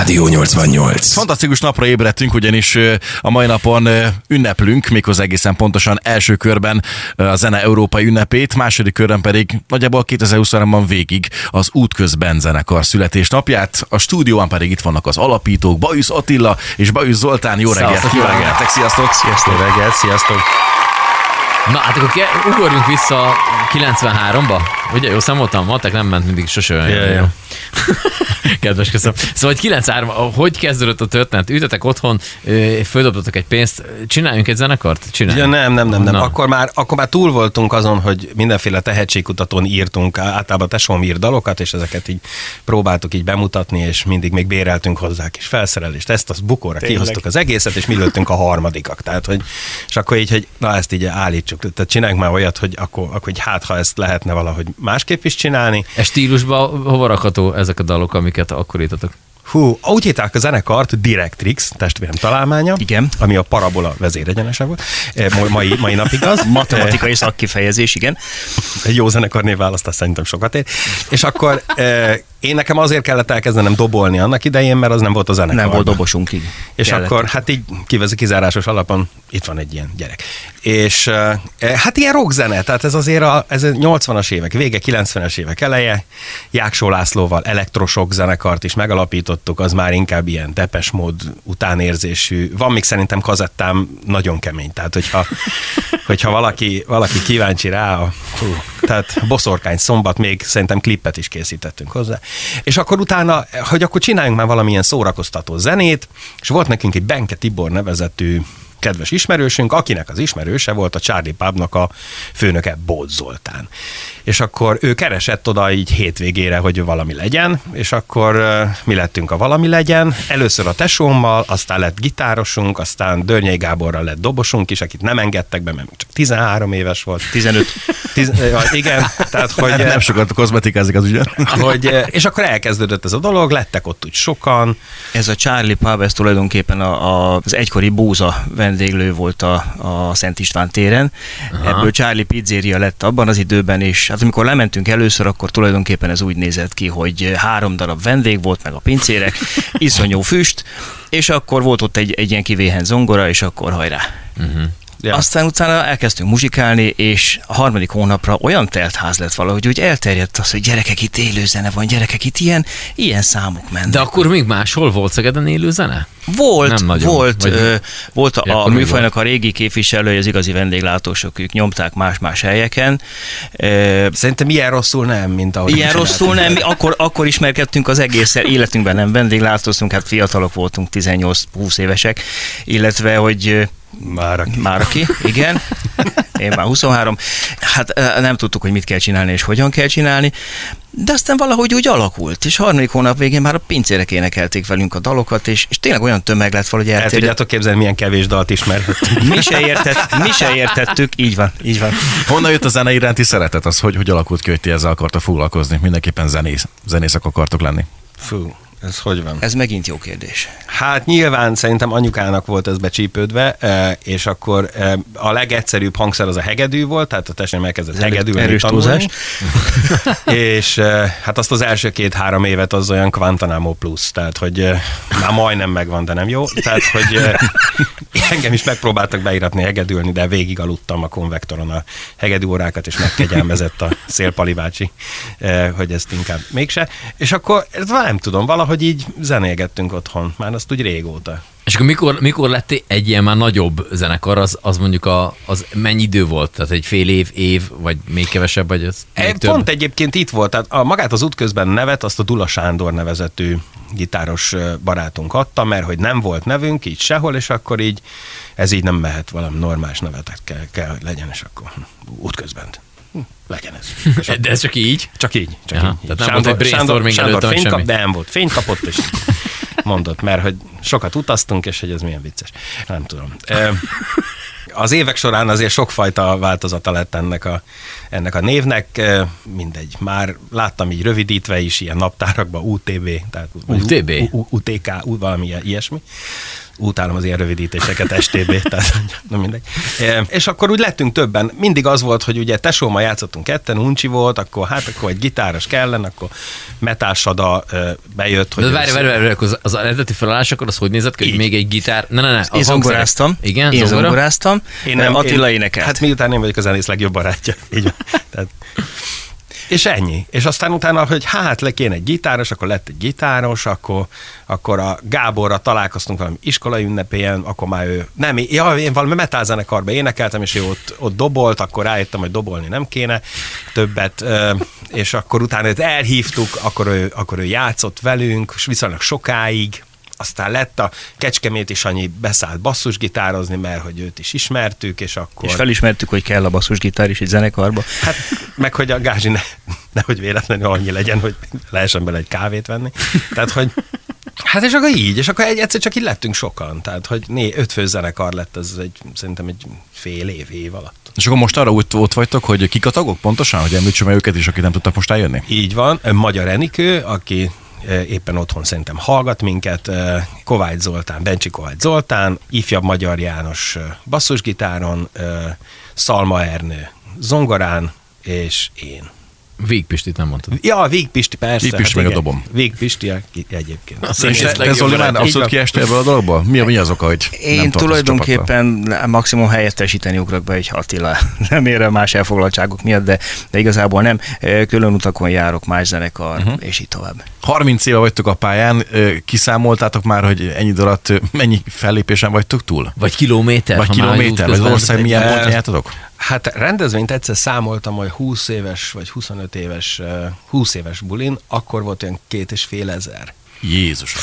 Rádió 88. Fantasztikus napra ébredtünk, ugyanis a mai napon ünneplünk, méghozzá egészen pontosan első körben a zene európai ünnepét, második körben pedig nagyjából 2023-ban végig az Útközben zenekar születésnapját. A stúdióban pedig itt vannak az alapítók, Bajusz Attila és Bajusz Zoltán. Jó reggelt kívánok! Sziasztok! Sziasztok! Jó reggelt, sziasztok! Na, hát akkor ugorjunk vissza 93-ba. Ugye, jó számoltam? Matek nem ment mindig sose olyan jó. Kedves, köszönöm. Szóval 93, hogy kezdődött a történet? Ültetek otthon, földobtatok egy pénzt, csináljunk egy zenekart? Ja, nem. Akkor már túl voltunk azon, hogy mindenféle tehetségkutatón írtunk, általában tesóm ír dalokat, és ezeket így próbáltuk így bemutatni, és mindig még béreltünk hozzá kis felszerelést. Ezt az bukóra kihoztuk az egészet, és mi lőttünk a harmadikak. Tehát, hogy, és akkor így, hogy na ezt így állítsuk. Tehát csináljunk már olyat, hogy akkor hogy hát, ha ezt lehetne valahogy másképp is csinálni. E stílusban hova rakható ezek a dalok, amiket akkor írtatok? Úgy hívták a zenekart Directrix, testvérem találmánya, igen, ami a parabola vezéregyenese volt. Mai napig az. Matematikai szakkifejezés, igen. Egy jó zenekarnév választás szerintem sokat ér. És akkor én nekem azért kellett elkezdenem dobolni annak idején, mert az nem volt a zenekarban. Nem volt dobosunk, így. És kellett. Akkor hát így kizárásos alapon itt van egy ilyen gyerek. És hát ilyen rockzene, tehát ez azért ez 80-as évek vége, 90-es évek eleje. Jáksó Lászlóval elektrosok zenekart is megalapítottuk, az már inkább ilyen Depeche Mode utánérzésű. Van még szerintem kazettám nagyon kemény, tehát hogyha valaki kíváncsi rá, tehát Boszorkány szombat, még szerintem klippet is készítettünk hozzá. És akkor utána, hogy akkor csináljunk már valamilyen szórakoztató zenét, és volt nekünk egy Benke Tibor nevezetű kedves ismerősünk, akinek az ismerőse volt a Charlie Pubnak a főnöke, Bóth Zoltán. És akkor ő keresett oda így hétvégére, hogy valami legyen, és akkor mi lettünk a valami legyen. Először a tesómmal, aztán lett gitárosunk, aztán Dörnyei Gáborral lett dobosunk is, akit nem engedtek be, mert csak 13 éves volt. 15. Igen, tehát hogy... Nem sokat kozmetikázik az ügyet. És akkor elkezdődött ez a dolog, lettek ott úgy sokan. Ez a Charlie Pub, ez tulajdonképpen az egykori Bóza vendéglő volt a Szent István téren. Aha. Ebből Charlie Pizzeria lett abban az időben, és hát amikor lementünk először, akkor tulajdonképpen ez úgy nézett ki, hogy 3 darab vendég volt, meg a pincérek, iszonyú füst, és akkor volt ott egy ilyen kivéhen zongora, és akkor hajrá. Uh-huh. Ja. Aztán utána elkezdtünk muzsikálni, és a 3. hónapra olyan teltház lett valahogy, hogy elterjedt az, hogy gyerekek, itt élőzene van, gyerekek, itt ilyen számok mennek. De akkor még máshol volt Szegeden élőzene? Volt a műfajnak a régi képviselői, az igazi vendéglátósok, ők nyomták más más Szerintem ilyen rosszul nem, mint ahogy ilyen rosszul nem, akkor ismerkedtünk az egésszel, életünkben nem vendéglátóztunk, hát fiatalok voltunk, 18-20 évesek, illetve, hogy már aki, igen. Én már 23. Hát nem tudtuk, hogy mit kell csinálni és hogyan kell csinálni, de aztán valahogy úgy alakult, és 3. hónap végén már a pincérek énekelték velünk a dalokat, és tényleg olyan tömeg lett valahogy el tudjátok képzelni, milyen kevés dalt ismerhettünk. Mi se értettük, így van. Honnan jött a zene iránti szeretet? Az hogy alakult ki, hogy ti ezzel akartok foglalkozni? Mindenképpen zenészek akartok lenni. Fú. Ez hogy van? Ez megint jó kérdés. Hát nyilván szerintem anyukának volt ez becsípődve, és akkor a legegyszerűbb hangszer az a hegedű volt, tehát a testvérem elkezdett hegedűlni tanulni. És hát azt az első 2-3 évet az olyan Guantanamo plusz, tehát hogy már majdnem megvan, de nem jó. Tehát, hogy engem is megpróbáltak beíratni hegedülni, de végig aludtam a konvektoron a hegedű órákat, és megkegyelmezett a Szélpali bácsi, hogy ezt inkább mégse. És akkor nem tudom, valahogy így zenélgettünk otthon, már azt úgy régóta. És akkor mikor lett egy ilyen már nagyobb zenekar, az mondjuk az mennyi idő volt? Tehát egy fél év, vagy még kevesebb, vagy ez még több? Pont egyébként itt volt, tehát magát az Útközben nevet azt a Dula Sándor nevezetű gitáros barátunk adta, mert hogy nem volt nevünk így sehol, és akkor így ez így nem mehet, valami normális nevetek kell legyen, és akkor Útközben. Legyen ez. De ez csak így? Csak így. Tehát nem volt egy brainstorming előtt, nem volt. Fényt kapott, és mondott, mert hogy sokat utaztunk, és hogy ez milyen vicces. Nem tudom. Az évek során azért sokfajta változata lett ennek a névnek, mindegy. Már láttam így rövidítve is ilyen naptárakban, UTB, tehát UTB? UTK, valami ilyesmi. Utálom az ilyen rövidítéseket, STB, tehát nem mindegy. És akkor úgy lettünk többen. Mindig az volt, hogy ugye tesómmal játszottunk ketten, uncsi volt, akkor egy gitáros kellene, akkor Metal Sada bejött. Hogy várj, az eredeti felállás, akkor az hogy nézett ki, hogy még egy gitár? Én zongoráztam. Igen, én zongoráztam. Attila énekelt. Hát miután én vagyok a zenész legjobb barátja. Így van. Tehát, és ennyi. És aztán utána, hogy hát le kéne egy gitáros, akkor lett egy gitáros, akkor a Gáborra találkoztunk valami iskolai ünnepélyen, akkor már ő, én valami metal zenekarba énekeltem, és ő ott dobolt, akkor rájöttem, hogy dobolni nem kéne többet, és akkor utána őt elhívtuk, akkor ő játszott velünk, és viszonylag sokáig. Aztán lett a Kecskeméti Sanyi beszállt basszusgitározni, mert hogy őt is ismertük, és akkor... És felismertük, hogy kell a basszusgitár is egy zenekarba. Hát, meg hogy a gázsi nehogy véletlenül annyi legyen, hogy lehessen bele egy kávét venni. Tehát, hogy... Hát és akkor így, és akkor egyszer csak így lettünk sokan. Tehát, hogy 5 fő zenekar lett, ez szerintem egy fél év alatt. És akkor most arra ott vagytok, hogy kik a tagok pontosan, hogy említsem őket is, akik nem tudtak most eljönni? Így van, Magyar Enikő, aki éppen otthon szerintem hallgat minket, Kovács Zoltán, Bencsi Kovács Zoltán, ifjabb Magyar János basszusgitáron, Szalma Ernő zongorán, és én. Vég Pistit nem mondtad. Ja, Vég Pisti, persze. Vég Pisti meg a dobom. Vég Pisti egyébként. Te Zoli már abszolút kiestél ebből a dologból? Mi az oka, hogy én tulajdonképpen maximum helyettesíteni ugrok be egy Attila. Nem érem más elfoglaltságok miatt, de igazából nem. Külön utakon járok, más zenekar, és így tovább. 30 éve vagytok a pályán, kiszámoltátok már, hogy ennyi idő alatt mennyi fellépésen vagytok túl? Vagy kilométer? Vagy az ország milyen ponton jártatok? Hát rendezvényt egyszer számoltam, hogy 20 éves vagy 25 éves, 20 éves bulin, akkor volt olyan 2500. Jézus!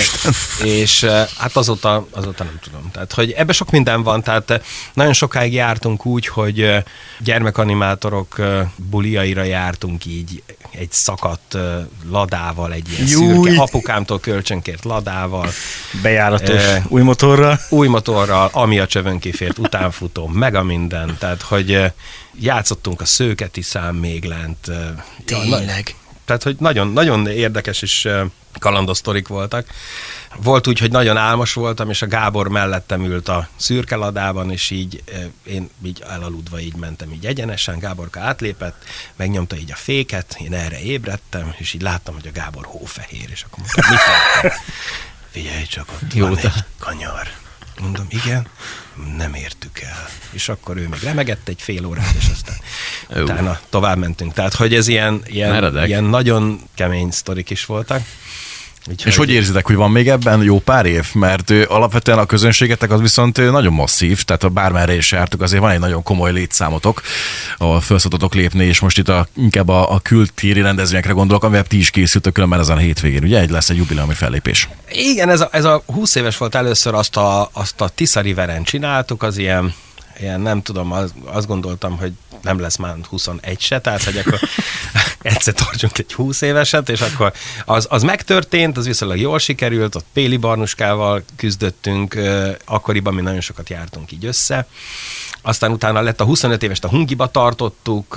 És hát azóta nem tudom. Tehát, hogy ebben sok minden van, tehát nagyon sokáig jártunk úgy, hogy gyermekanimátorok buliaira jártunk így egy szakadt ladával, egy ilyen szürke, apukámtól kölcsönkért ladával. Bejáratos új motorral. Új motorral, ami a csövön kifért, utánfutó, meg a minden. Tehát, hogy játszottunk a Szőketiszán még lent. Tényleg. Tehát, hogy nagyon, nagyon érdekes és kalandos sztorik voltak. Volt úgy, hogy nagyon álmos voltam, és a Gábor mellettem ült a szürke ladában, és így én így elaludva így mentem így egyenesen, Gáborka átlépett, megnyomta így a féket, én erre ébredtem, és így láttam, hogy a Gábor hófehér, és akkor mondtam, mit tettem? Figyelj csak, ott van egy kanyar. Mondom, igen, nem értük el. És akkor ő még remegett egy fél órát, és aztán utána tovább mentünk. Tehát, hogy ez ilyen nagyon kemény sztorik is voltak. Úgyhogy... És hogy érzitek, hogy van még ebben jó pár év? Mert alapvetően a közönségetek az viszont nagyon masszív, tehát ha bármerre is jártok, azért van egy nagyon komoly létszámotok, ahol felszoktatok lépni, és most itt inkább a kültéri rendezvényekre gondolok, amivel ti is készültök különben ezen a hétvégén, ugye? Lesz egy jubileumi fellépés. Igen, ez a 20 éves volt először, azt a Tisza Riveren csináltuk, az ilyen nem tudom, azt gondoltam, hogy nem lesz már 21 se, tehát hogy akkor egyszer tartsunk egy 20 éveset, és akkor az megtörtént, az viszonylag jól sikerült, ott Péli Barnuskával küzdöttünk, akkoriban mi nagyon sokat jártunk így össze. Aztán utána lett a 25 évest a Hungiba tartottuk,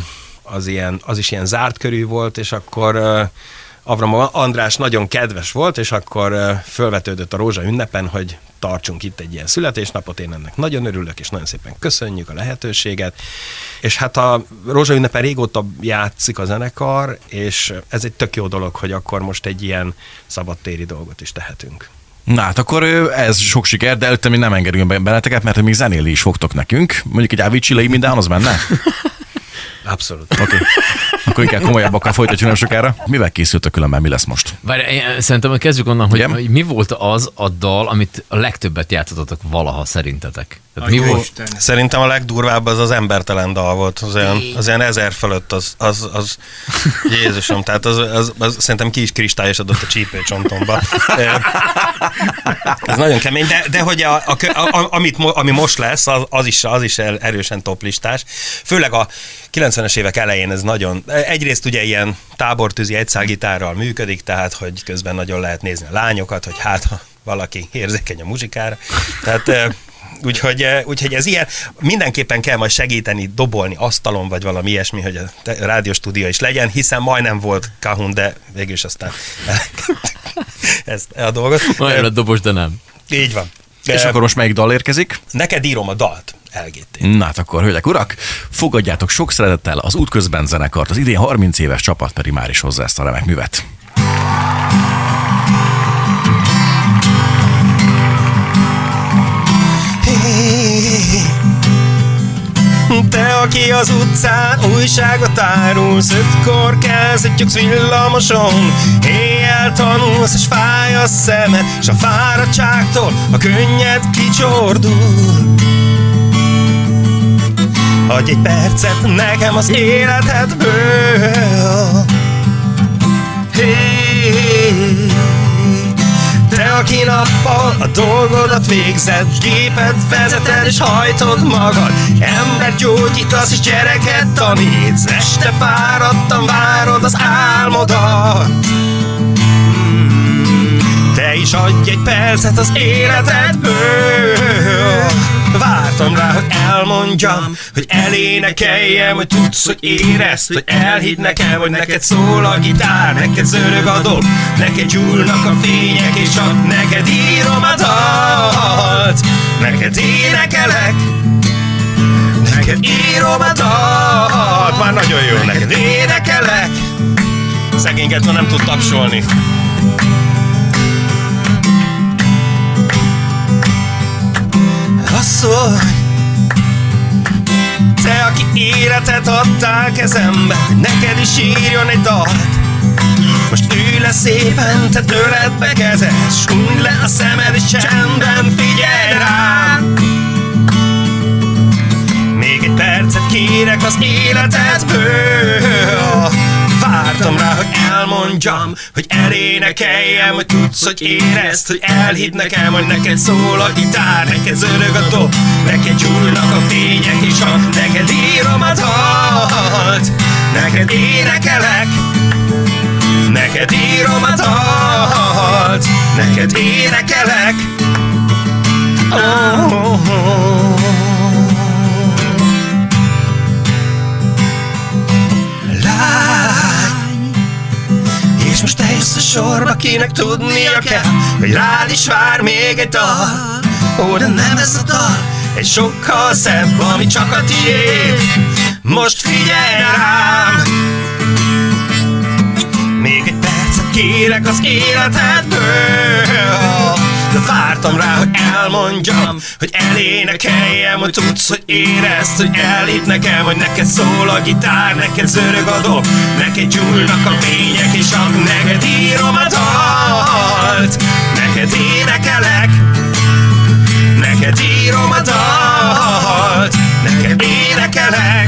az is ilyen zárt körű volt, és akkor Avram András nagyon kedves volt, és akkor fölvetődött a Rózsa ünnepen, hogy tartsunk itt egy ilyen születésnapot, én ennek nagyon örülök, és nagyon szépen köszönjük a lehetőséget. És hát a Rózsa ünnepen régóta játszik a zenekar, és ez egy tök jó dolog, hogy akkor most egy ilyen szabadtéri dolgot is tehetünk. Na hát akkor ez sok siker, de előtte mi nem engedünk benneteket, mert még zenélni is fogtok nekünk. Mondjuk egy Avicii minden az menne? Abszolút. Okay. Akkor inkább komolyabbakkal folytatjuk nem sokára. Mivel készültök különben, mi lesz most? Várj, szerintem kezdjük onnan, hogy mi volt az a dal, amit a legtöbbet játszottatok valaha szerintetek? Tehát mi volt? Szerintem a legdurvább az embertelen dal volt. Az olyan 1000 fölött, az Jézusom, tehát az szerintem ki is kristályosodott a csípőcsontomba. Ez nagyon kemény, de hogy ami most lesz, az is erősen toplistás. Főleg a 90-es évek elején ez nagyon, egyrészt ugye ilyen tábortűzi egyszálgitárral működik, tehát hogy közben nagyon lehet nézni a lányokat, hogy hát ha valaki érzékeny a muzsikára. Tehát úgyhogy ez ilyen, mindenképpen kell majd segíteni, dobolni asztalon, vagy valami ilyesmi, hogy a rádióstúdió is legyen, hiszen majdnem volt Kahun, de végülis aztán ezt a dolgot. Majdnem a dobos, de nem. Így van. És akkor most melyik dal érkezik? Neked írom a dalt, LGT. Na hát akkor, hölgyek, urak, fogadjátok sok szeretettel az Útközben zenekart, az idén 30 éves csapat pedig már is hozzá ezt a remek művet. Te, aki az utcán újságot árulsz, 5-kor kezdjük villamoson, éjjel tanulsz, és fáj a szemed, s a fáradtságtól a könnyed kicsordul. Adj egy percet nekem az életedből. Hey. Te, aki nappal a dolgodat végzed, gépet vezeted és hajtod magad, embert gyógyítasz és gyereket tanítsz, este fáradtan várod az álmodat. Te is adj egy percet az életedből. Vártam rá, hogy elmondjam, hogy elénekeljem, hogy tudsz, hogy érezd, hogy elhidd nekem, hogy neked szól a gitár, neked zörög a dob, neked gyúlnak a fények, és csak neked írom a dalt. Neked énekelek, neked írom a dalt. Már nagyon jó, neked énekelek. Szegényket ma nem tud tapsolni. Asszony, te, aki életet adtál kezembe, hogy neked is írjon egy dalt. Most ülj le szépen, te öledbe kezed, s hunyd le a szemed, és csendben figyelj rám. Még egy percet kérek az életedből. Vártam rá, hogy elmondjam, hogy elénekeljem, hogy tudsz, hogy érezd, hogy elhidd nekem, hogy neked szól a gitár, neked zörög a dob, neked gyúlnak a fények, és csak neked írom a dalt. Neked énekelek, neked írom a dalt, neked énekelek. És most te jössz a sorba, kinek tudnia kell, hogy rád is vár még egy dal. Ó, de nem ez a dal, egy sokkal szebb, ami csak a tiéd. Most figyelj rám. Még egy percet kérek az életedből. De vártam rá, hogy elmondjam, hogy elénekeljem, hogy tudsz, hogy érezd, hogy elhidd nekem, hogy neked szól a gitár, neked zörög a dob, neked gyúlnak a fények, és csak neked írom a dalt. Neked énekelek, neked írom a dalt, neked énekelek.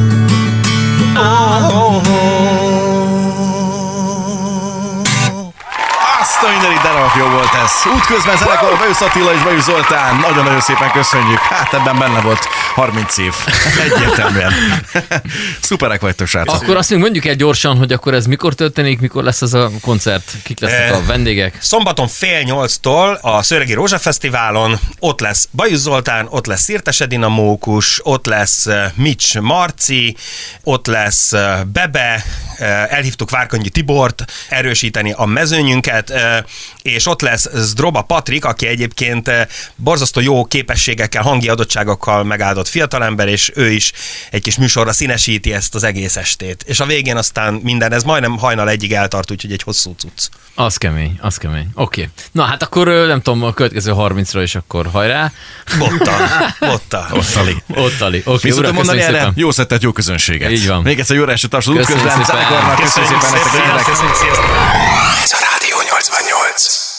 Azt a mindenit, de jó volt ez. Útközben zenekar, Bajusz Attila és Bajusz Zoltán. Nagyon-nagyon szépen köszönjük. Hát ebben benne volt 30 év. Egyértelműen. Szuperek vagytok, srácok. Akkor azt még mondjuk el gyorsan, hogy akkor ez mikor történik, mikor lesz ez a koncert, kik lesznek a vendégek? Szombaton 7:30-tól a Szőregi Rózsafesztiválon ott lesz Bajusz Zoltán, ott lesz Szirtes Edina Mókus, ott lesz Mitch Marci, ott lesz Bebe, elhívtuk Várkonyi Tibort erősíteni a mezőnyünket, és ott lesz Zdroba Patrik, aki egyébként borzasztó jó képességekkel, hangi adottságokkal megáldott fiatalember, és ő is egy kis műsorra színesíti ezt az egész estét. És a végén aztán minden, ez majdnem hajnal 1-ig eltart, úgyhogy egy hosszú cucc. Az kemény, az kemény. Oké. Na hát akkor nem tudom, a következő 30-ra is akkor hajrá. Ottali. Oké, urak, mondani erre? Szépen. Jó szettet, jó közönséget. Így van. Még egyszer jó estet az Útközben. Köszönjük szépen. Köszönjük szépen. Sziasztok. Ez a Rádió 88.